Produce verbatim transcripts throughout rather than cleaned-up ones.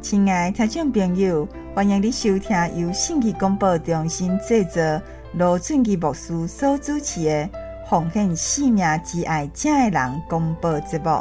亲爱的听众朋友，欢迎你收听由信息广播中心制作、罗俊基牧师所主持的《奉献生命之爱正的人》广播节目。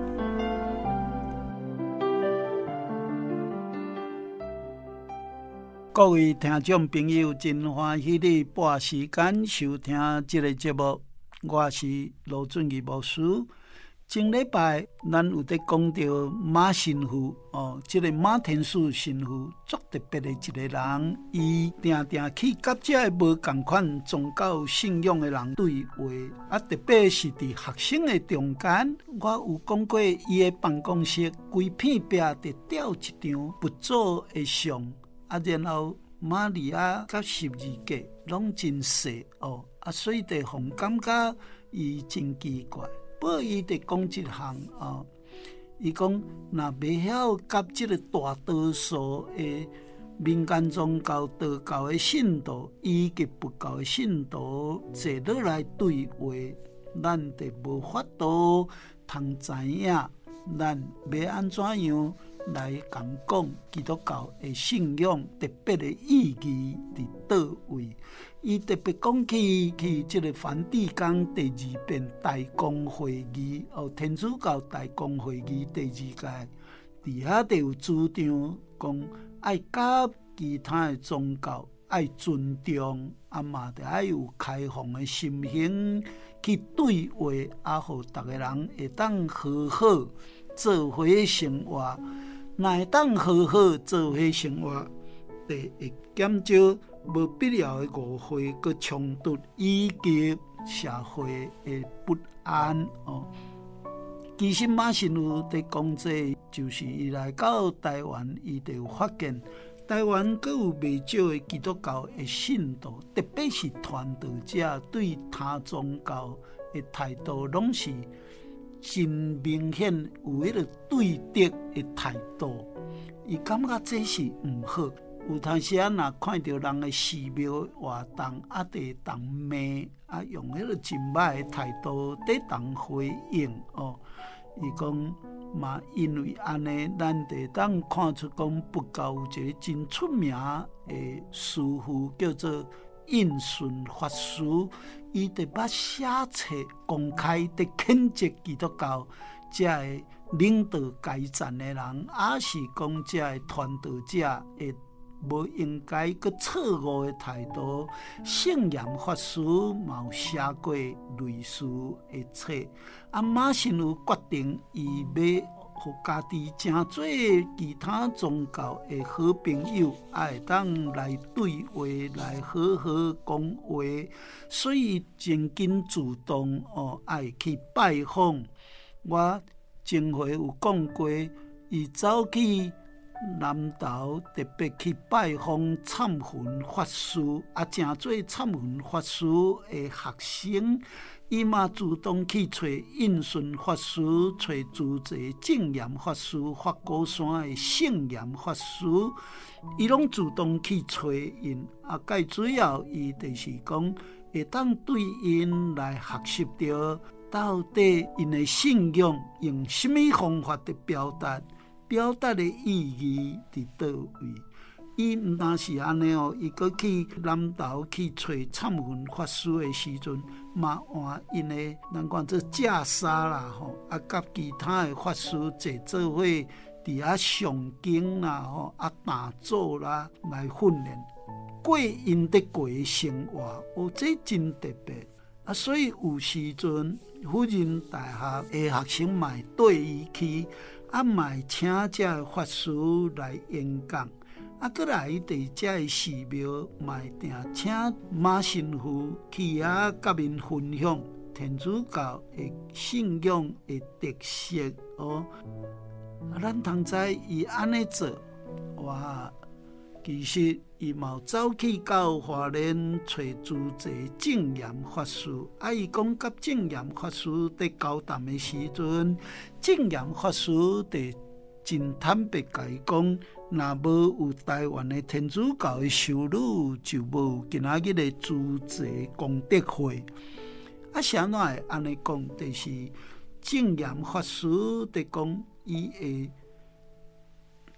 各位听众朋友，真欢喜你拨时间收听这个节目，我是罗俊基牧师。前礼拜咱有在讲到马神父哦，这个马天树神父足特别的一个人，伊定定去甲这个无同款宗教信仰的人对话，啊，特别是伫学生的中间，我有讲过伊的办公室规片壁伫吊一张佛祖的像，啊，然后玛利亚甲十字架拢真细哦，啊，所以地方感觉伊真奇怪。不过伊伫讲一项哦，伊讲若袂晓甲即个大多数的民间宗教、道教的信徒，以及佛教的信徒坐落来对话，咱就无法度通知影，咱要安怎样来讲讲基督教的信仰特别的意义伫倒位。伊特别讲起去即个梵蒂冈第二遍大公会议，哦，天主教大公会议第二届，伫遐就有主张讲爱甲其他的宗教爱尊重，啊嘛得爱有开放的心胸去对话，啊，互逐个人会当好好做伙生活。若会当好好做伙生活，就会减少无必要的误会、佮冲突，以及社会的不安哦。其实马神父在讲这，就是伊来到台湾，伊就有发现台湾佮有袂少的基督教的信徒，特别是传道者对他宗教的态度，拢是真明显有迄个对敌的态度。伊感觉这是毋好。有当时啊，若看到人的寺庙活动，啊，得当骂，啊，用迄个真歹的态度得当回应哦。伊讲嘛，因为安尼，咱得当看出讲佛教有一个真出名的师父叫做印顺法师，伊特别写册公开地谴责基督教这个领导阶层的人，也是讲这个传道者会无应该佮错误的态度。圣严法师嘛有写过类似的册，啊，马神父决定伊要互家己真多其他宗教的好朋友，也会当来对话，来好好讲话，所以真紧主动哦，爱去拜访。我前回有讲过，伊走去南投，特别去拜访忏魂法师，啊，真做忏魂法师的学生，伊嘛主动去找印顺法师，找主持正严法师，法鼓山的圣严法师，伊拢主动去找因，啊，介主要伊就是讲会当对因来学习到到底因的信仰用什么方法的表达。表达的意义伫倒位？伊毋但是安尼哦，伊阁去南投去找忏魂法师的时阵，嘛换因的咱讲做袈裟啦吼，啊，甲其他的法师坐做伙伫遐上经啦吼，啊，打坐啦来训练，过因得过的生活，哦，这真特别啊！所以有时阵辅仁大学的学生嘛会对伊去。啊，嘛请这个法师来演讲，啊，过来伫这个寺庙嘛定请马神父去遐甲因分享天主教的信仰的特色哦。啊，咱通知伊安尼做，哇！其实伊嘛走去到花莲找主持正严法师，啊，伊讲甲正严法师在交谈的时阵，正严法师就真坦白甲伊讲，若无有台湾的天主教的修女，就无今仔日的主持功德会。啊，啥哪会安尼讲？就是正严法师在讲伊的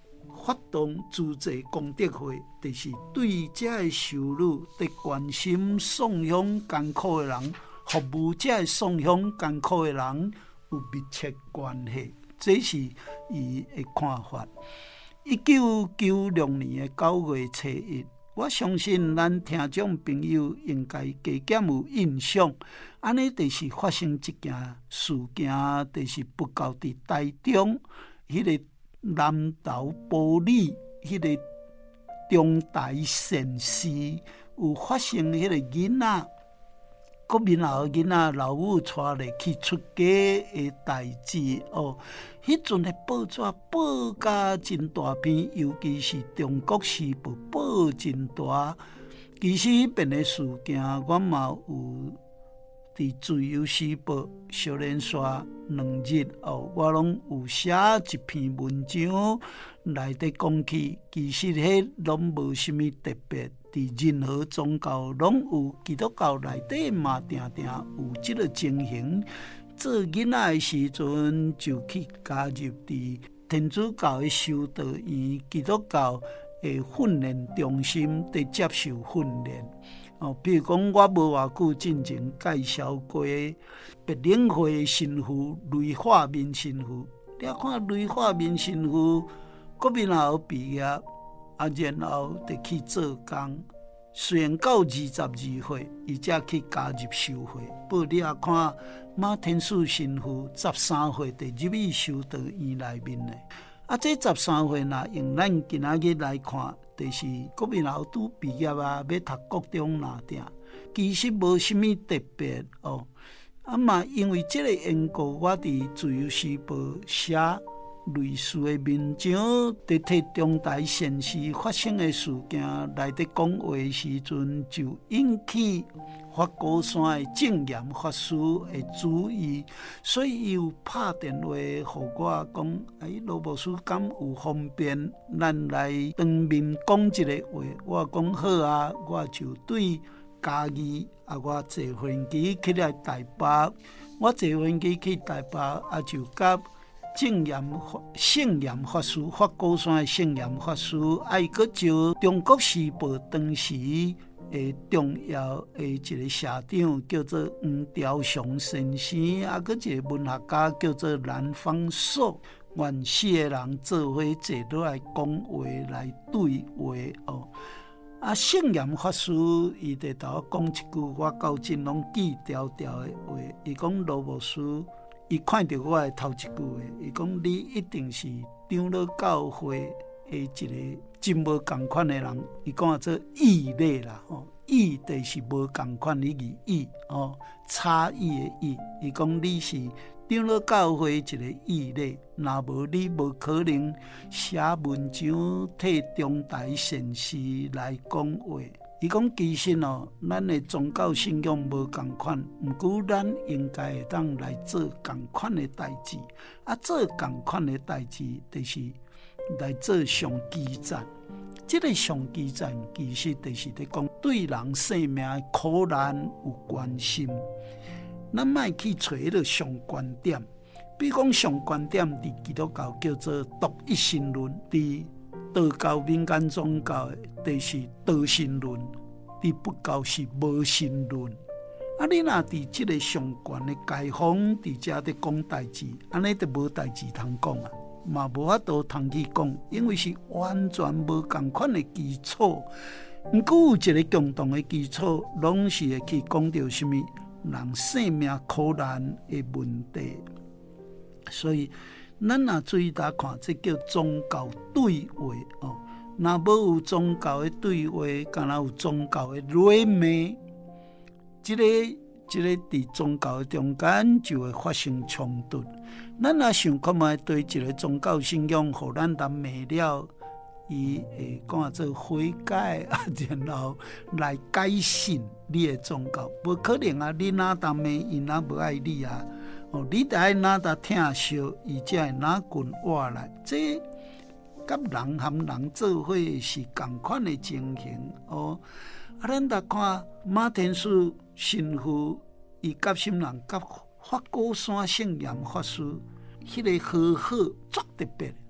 发动自济功德会，就是对这个修女在关心送养艰苦的人，服务这个送养艰苦的人有密切关系。这是伊的看法。一九九六年的九月初一，我相信咱听众朋友应该加减有印象。安尼就是发生一件事件，就是不到伫台中迄、那个南投埔里迄个中台县市有发生迄个囡仔。国民后囡仔老母带来去出家的代志哦，迄阵的报纸报甲真大篇，尤其是《中国时报》报真大。其实迄边的事件，我嘛有伫《自由时报》小连续两日哦，我拢有写一篇文章内底讲起，其实迄拢无啥物特别。伫任何宗教拢有，基督教内底嘛，定定有即个情形。做囡仔的时阵，就去加入伫天主教的修道院、基督教的训练中心，伫接受训练。哦，比如讲，我无偌久进前介绍过别领会的神父雷化民神父。你看雷化民神父，国民后毕业。啊，然后就去做工，虽然到二十二岁，伊才去加入修会。不过你也看马天树神父十三岁就入去修道院内面的。啊，这十三岁若用咱今仔日来看，就是国民老拄毕业啊，要读国中哪定，其实无啥物特别哦。啊嘛，因为这个缘故，我伫自由时报写类似的文章，伫替中台县市发生的事件内底讲话的时阵，就引起法鼓山的正言法师的注意，所以伊有拍电话给我讲：“哎，罗牧师，敢有方便咱来当面讲一个话？”我讲好啊，我就对家己啊，我坐飞机去来台北，我坐飞机去台北啊，就甲正言圣严法师、法鼓山的圣严法师，啊，伊阁招中国时报当时诶重要诶一个社长叫做黄朝祥先生，啊，阁一个文学家叫做蓝方硕，原始诶人做伙坐落来讲话来对话哦。啊，圣严法师伊伫头讲一句，我到真拢记条条诶话，伊讲罗牧师。伊看到我的头一句话，伊讲你一定是长老教会的一个真无共款的人。伊讲做异类啦，吼，异就是无共款的异哦，差异的异。伊讲你是长老教会一个异类，若无你无可能写文章替中台县市来讲话。伊讲其实哦，咱的宗教信仰无共款，毋过咱应该会当来做共款的代志。啊，做共款的代志，就是来做上基站。这个上基站其实就是在讲对人生命的苦难有关心。咱莫去找迄个上观点，比如讲上观点伫基督教叫做独一神论，伫道教民间宗教的就是道神论，伫佛教是无神论。啊，你若伫即个上悬的街坊伫遮伫讲代志，安尼就无代志通讲啊，嘛无法度通去讲，因为是完全无共款的基础。毋过有一个共同的基础，拢是会去讲到什么人生命苦难的问题。所以咱若注意来看，这叫宗教对话哦。若无有宗教的对话，敢若有宗教的雷鸣，这个这个伫宗教的中间就会发生冲突。咱若想看卖对一个宗教信仰，互咱人灭了，伊会讲做悔改啊，然后来改信你的宗教，无可能啊！你哪当灭，伊哪无爱你啊？哦，你得爱哪搭疼惜，伊才会哪滚活来。这甲人含人做伙是同款的情形哦。啊，咱来看马天树神父，伊甲什人甲法鼓山圣严法师，迄、那个和好足特别。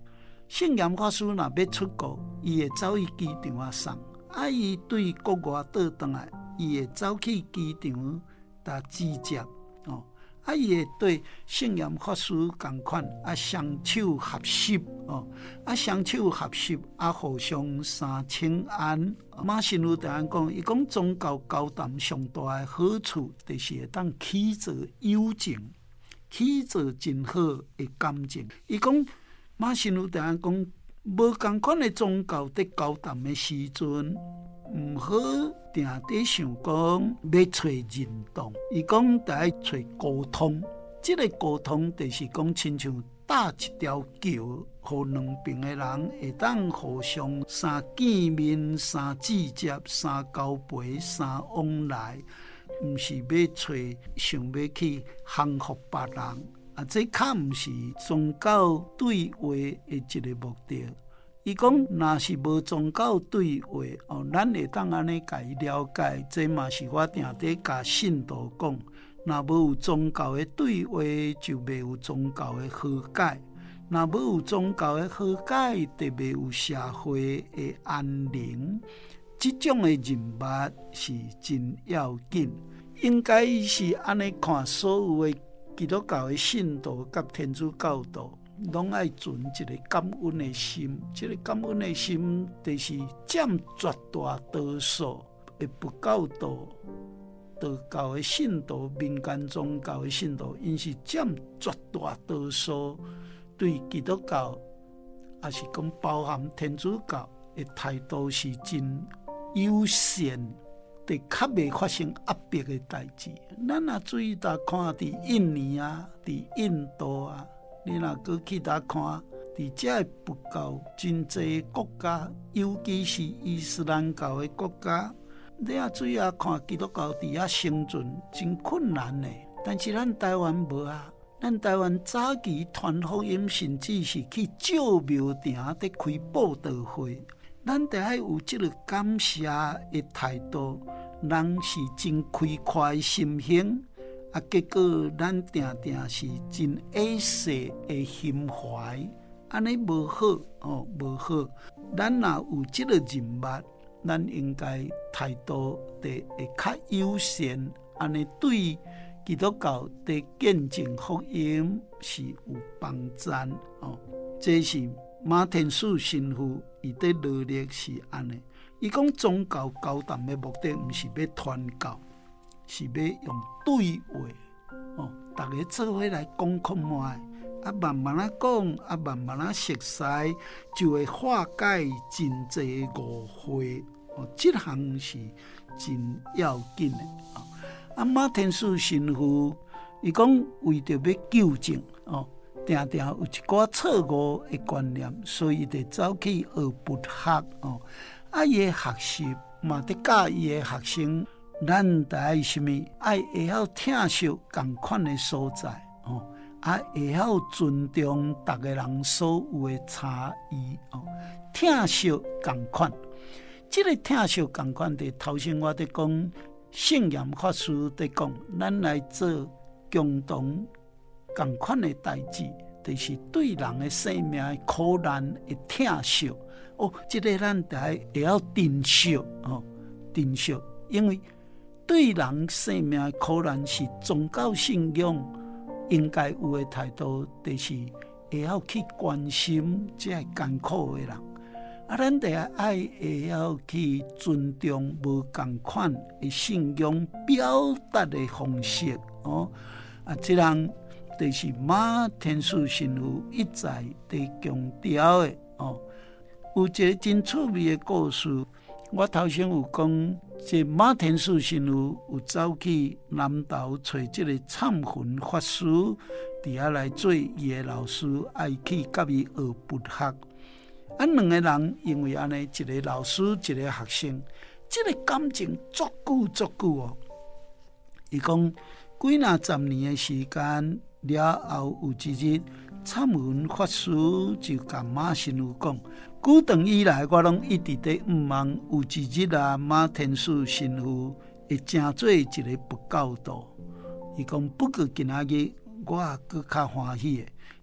圣严法师若要出国，伊会走去机场啊送；啊，伊对国外倒转来，伊会走去机场搭指接哦。啊，伊会对圣严法师同款，啊，双手合十哦，啊，双手合十，啊，互相三请安。马新如就安讲，伊讲宗教交谈上大的好处，就是会当起做友情，起做真好的感情。伊讲马新如就安讲，无共款的宗教在交谈的时阵，毋好定伫想讲要找认同，伊讲得爱找沟通。即、這个沟通就是讲，亲像搭一条桥，互两边的人会当互相三见面、三指接、三交陪、三往来，毋是要找想要去降服别人。啊，这较毋是宗教对话的一个目的。伊讲，若是无宗教对话，哦，咱会当安尼甲伊了解，这嘛是我定伫甲信徒讲。若无有宗教的对话，就袂有宗教的和解；若无有宗教的和解，就袂有社会的安宁。这种的人物是真要紧，应该是安尼看所有的基督教的信徒甲天主教徒。拢爱存一个感恩的心，这个感恩的心，就是占绝大多数的佛教徒、道教的信徒、民间宗教的信徒，因是占绝大多数对基督教，也是讲包含天主教的态度是真友善，就较袂发生压迫的代志。咱若注意到看，伫印尼啊，伫印度啊。你若过去搭看，伫遮个佛教真济国家，尤其是伊斯兰教的国家，你也注意啊看基督教伫遐生存真困难的。但是咱台湾无啊，咱台湾早期传福音，甚至是去照庙埕伫开布道会，咱得爱有即个感谢的态度，人是真开阔的心胸。啊，结果咱定定是真矮细的心怀，安尼无好哦，无好。咱若有即个人物，咱应该态度得会较友善，安尼对基督教的见证福音是有帮助哦。这是马天树神父伊在努力是安尼。伊讲宗教交谈的目的，毋是要传教。是要用对话哦，大家做伙来讲看卖，啊慢慢啊讲，啊慢慢啊熟悉，就会化解真济误会哦。这项是真要紧的哦。啊，马天树神父伊讲为着要纠正哦，定定有一寡错误的观念，所以得走去学佛学哦。啊，伊的学习嘛得教伊的学生。咱得爱什么？爱会晓听惜同款的所在哦，啊会晓尊重逐个人所有的差异哦，听惜同款。这个听惜同款，就头先我伫讲圣严法师伫讲，咱来做共同同款的代志，就是对人的生命的苦难的听惜哦。这个咱得爱会晓珍惜哦，珍惜，因为。对人生命的苦难是宗教信仰应该有的态度，就是会晓去关心这艰苦的人。啊，咱得爱会晓去尊重无同款的信仰表达的方式哦。啊，这样就是马天树神父一再地强调的哦。有一个真趣味的故事。我头先有讲，这马天树神父有走去南投找这个忏魂法师，伫遐来做伊的老师，爱去甲伊学佛学。啊，两个人因为安尼，一个老师，一个学生，这个感情足久足久哦。伊讲几若十年的时间了后，有一日，忏魂法师就甲马神父讲。久长以来，我拢一直在毋望有一日啊，马天树神父会成做一个佛教徒。伊讲不过今仔日，我也搁较欢喜的，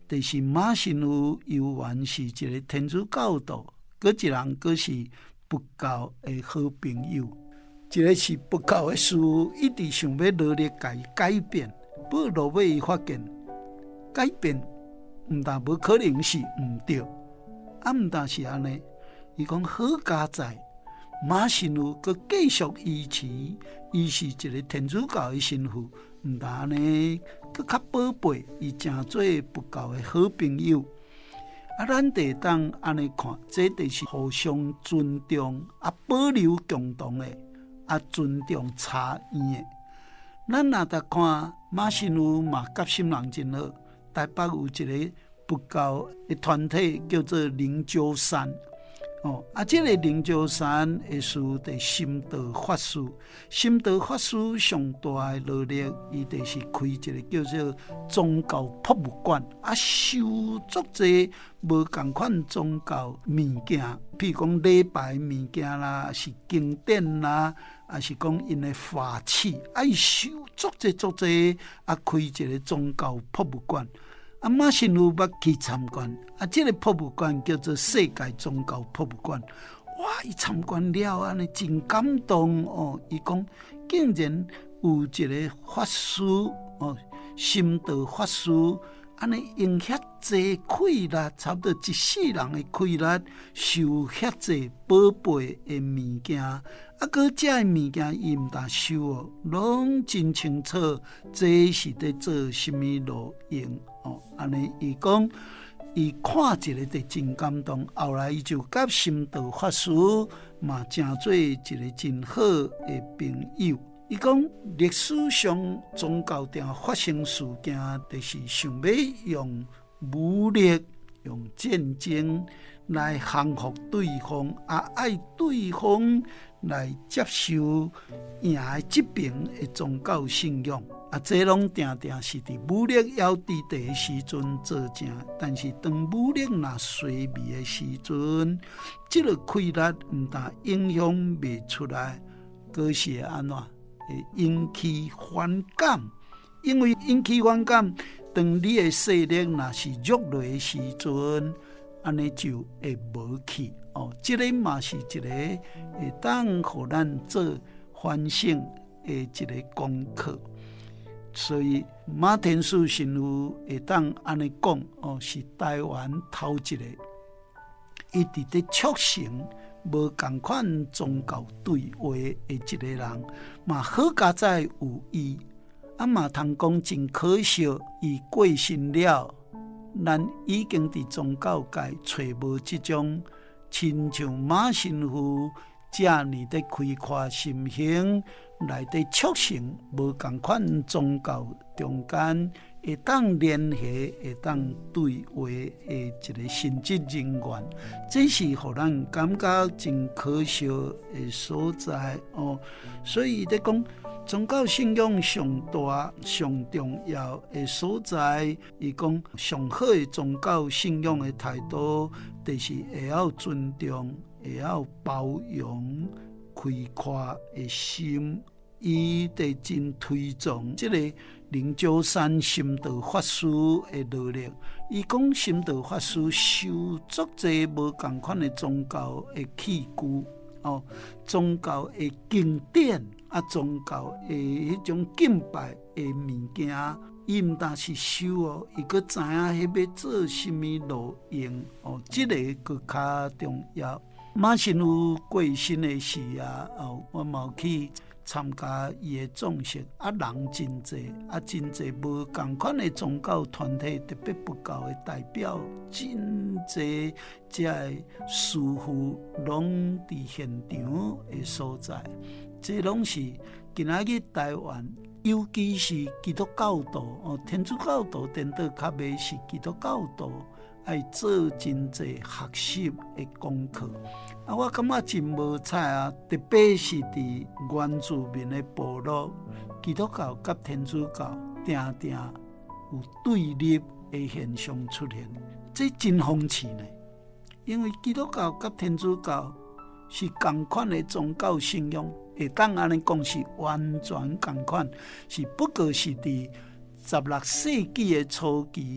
就是马新有犹原是一个天主教徒，搁一人搁是佛教的好朋友。一个是佛教的师，一直想要努力改改变，不过落尾伊发现改变毋但无可能是毋对，啊毋但是安尼，伊讲好佳在马新有搁继续维持，伊是一个天主教的神父，毋但安尼，搁较宝贝伊诚做佛教的好朋友。啊，咱得当安尼看，这就是互相尊重，啊，保留共同的。啊，尊重差异的，咱若得看马新有嘛，甲心人真好。台北有一个佛教的团体叫做灵鹫山，哦，啊，这个灵鹫山的师就是心道法师。心道法师上大的努力，伊就是开一个叫做宗教博物馆，啊，收足侪无共款宗教物件，譬如讲礼拜物件啦，是经典啦。啊，是讲因的法器，啊，伊收足侪足侪，啊，开一个宗教博物馆。啊，马新有捌去参观，啊，这个博物馆叫做世界宗教博物馆。哇，伊参观了，安尼真感动哦！伊讲，竟然有一个法师哦，心道法师，安尼用遐济气力，差不多一世人的气力，收遐济宝贝的物件。啊，搁这个物件伊毋但收哦，拢真清楚，这是在做什么路用哦。安尼伊讲，伊看一个就真感动。后来伊就甲心道法师嘛，成做一个真好的朋友。伊讲历史上宗教定发生事件，就是想要用武力、用战争来降服对方，啊，爱对方。来接受赢的这边的宗教信仰，啊，这拢定定是伫武力要伫第的时阵做正，但是当武力若衰微的时阵，这个气力毋但影响袂出来，阁是安怎会引起反感？因为引起反感，当你的势力若是弱落的时阵，安尼就会无去。哦，这个嘛是一个会当互咱做反省的一个功课，所以马天树神父会当安尼讲，哦，是台湾头一个一直在促成无同款宗教对话的一个人，嘛好佳在有伊，啊嘛通讲真可惜，伊过身了，咱已经伫宗教界找无即种。亲像马新父这样的开阔心胸，来伫促成无同款宗教中间会当联系、会当对话的一个神职人员，这是予咱感觉真可惜的所在哦。所以在讲宗教信仰上大、上重要的所在，伊讲上好的宗教信仰的态度，就是会晓尊重、会晓包容、开阔的心。伊得真推崇这个灵鹫山心道法师的努力。伊讲心道法师收足侪无同款的宗教的器具。哦，宗教的经典啊，宗教的迄种敬拜的物件，伊毋但是收哦，伊阁知影迄要做什么路用哦，这个阁较重要。马新有过身的时啊，哦，我嘛有去参加伊的葬式，啊，人真济，啊，真济无同款的宗教团体，特别佛教的代表，真济这师父拢伫现场的所在，这拢是今仔日台湾，尤其是基督教徒哦，天主教徒颠倒较袂是基督教徒。爱做真济学习的功课，啊，我感觉真无彩啊！特别是伫原住民的部落，基督教甲天主教定定有对立的现象出现，这真讽刺呢。因为基督教甲天主教是同款的宗教信仰，会当安尼讲是完全同款，是不过是伫十六世纪的初期。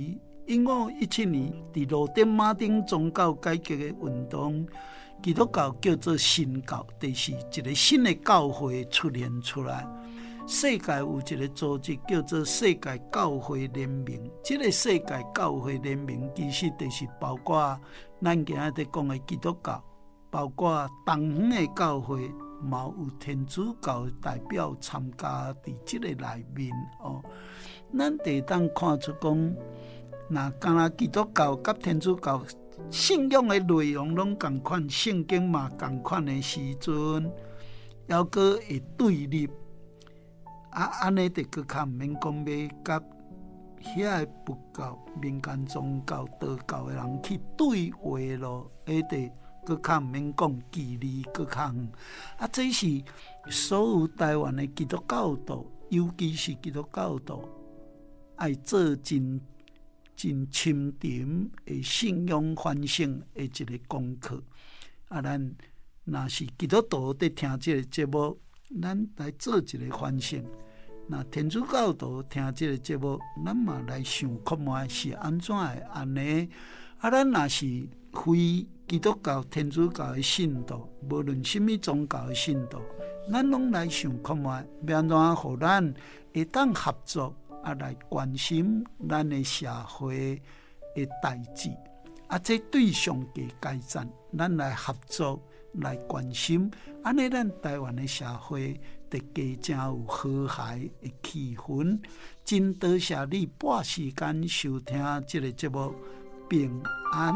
一五一七年，伫罗丁马丁宗教改革的运动，基督教叫做新教，就是一个新的教会出现出来。世界有一个组织叫做世界教会联盟，这个世界教会联盟其实就是包括咱今仔日讲的基督教，包括东方的教会，嘛有天主教的代表参加伫这个内面哦。咱得当看出讲，那敢若基督教甲天主教信仰的内容拢同款，圣经嘛同款的时阵，还阁会对立。啊，安尼就搁较毋免讲要甲遐个佛教、民间宗教、道教的人去对话咯，迄个搁较毋免讲距离搁较远。啊，这是所有台湾的基督教徒，尤其是基督教徒，爱做真真深沉的信仰反省的一个功课。啊，咱若是基督徒在听这个节目，咱来做一个反省。那天主教徒听这个节目，咱嘛来想看卖是安怎会安尼？啊，咱若是非基督教、天主教的信徒，无论什么宗教的信徒，咱拢来想看卖，要安怎互咱会当合作啊，来关心咱的社会的代志。啊，这对上帝改善，咱来合作来关心，安尼咱台湾的社会得加真有和諧的气氛。真多謝你拨時間收聽這個節目，平安。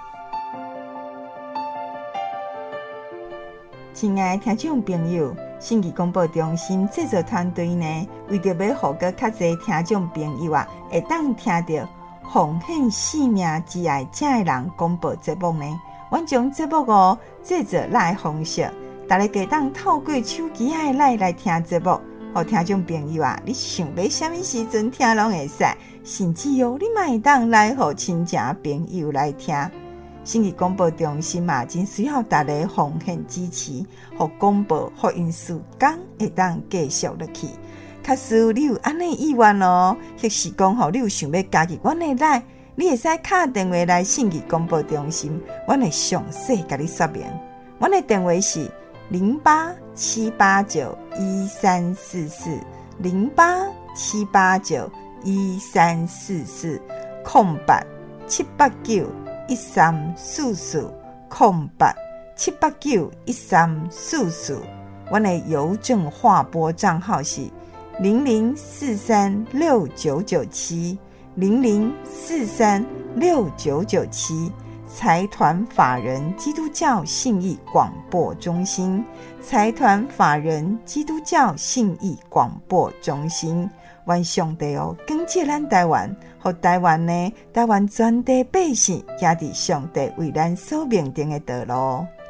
親愛的聽眾朋友，信義廣播中心製作團隊呢，為着要互個較濟聽眾朋友啊，會當聽到奉獻性命之愛這個人廣播節目呢，阮將節目哦製作來方式，大家可當透過手機仔來來聽節目。互聽眾朋友啊，你想要什麼時陣聽攏會使，甚至哦，你嘛會當來互親戚朋友來聽。信義廣播中心嘛，真需要大家奉獻支持，互廣播福音事工會當繼續落去。假使你有安尼意願哦，或是講吼，你有想要加入阮的來，你會使打電話來信義廣播中心，阮會詳細甲你說明。阮的電話是零八七八九一三四四零八七八九一三四四空八七八九一三四四空八七八九一三四四。我的邮政划拨账号是零零四三六九九七零零四三六九九七。财团法人基督教信义广播中心，财团法人基督教信义广播中心，愿上帝哦，感谢咱台湾，和台湾呢，台湾全地百姓，也伫上帝为咱所命定的道路。